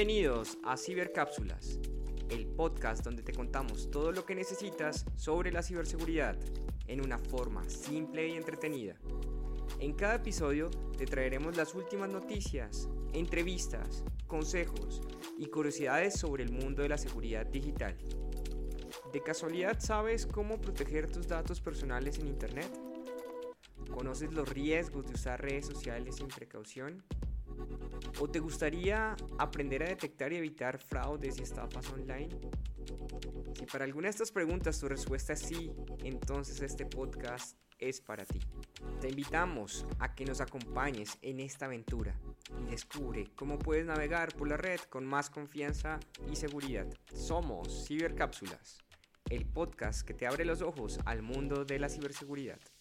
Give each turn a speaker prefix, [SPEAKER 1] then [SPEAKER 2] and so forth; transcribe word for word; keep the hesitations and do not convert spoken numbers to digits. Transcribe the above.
[SPEAKER 1] Bienvenidos a Cibercápsulas, el podcast donde te contamos todo lo que necesitas sobre la ciberseguridad en una forma simple y entretenida. En cada episodio te traeremos las últimas noticias, entrevistas, consejos y curiosidades sobre el mundo de la seguridad digital. ¿De casualidad sabes cómo proteger tus datos personales en Internet? ¿Conoces los riesgos de usar redes sociales sin precaución? ¿O te gustaría aprender a detectar y evitar fraudes y estafas online? Si para alguna de estas preguntas tu respuesta es sí, entonces este podcast es para ti. Te invitamos a que nos acompañes en esta aventura y descubre cómo puedes navegar por la red con más confianza y seguridad. Somos Cibercápsulas, el podcast que te abre los ojos al mundo de la ciberseguridad.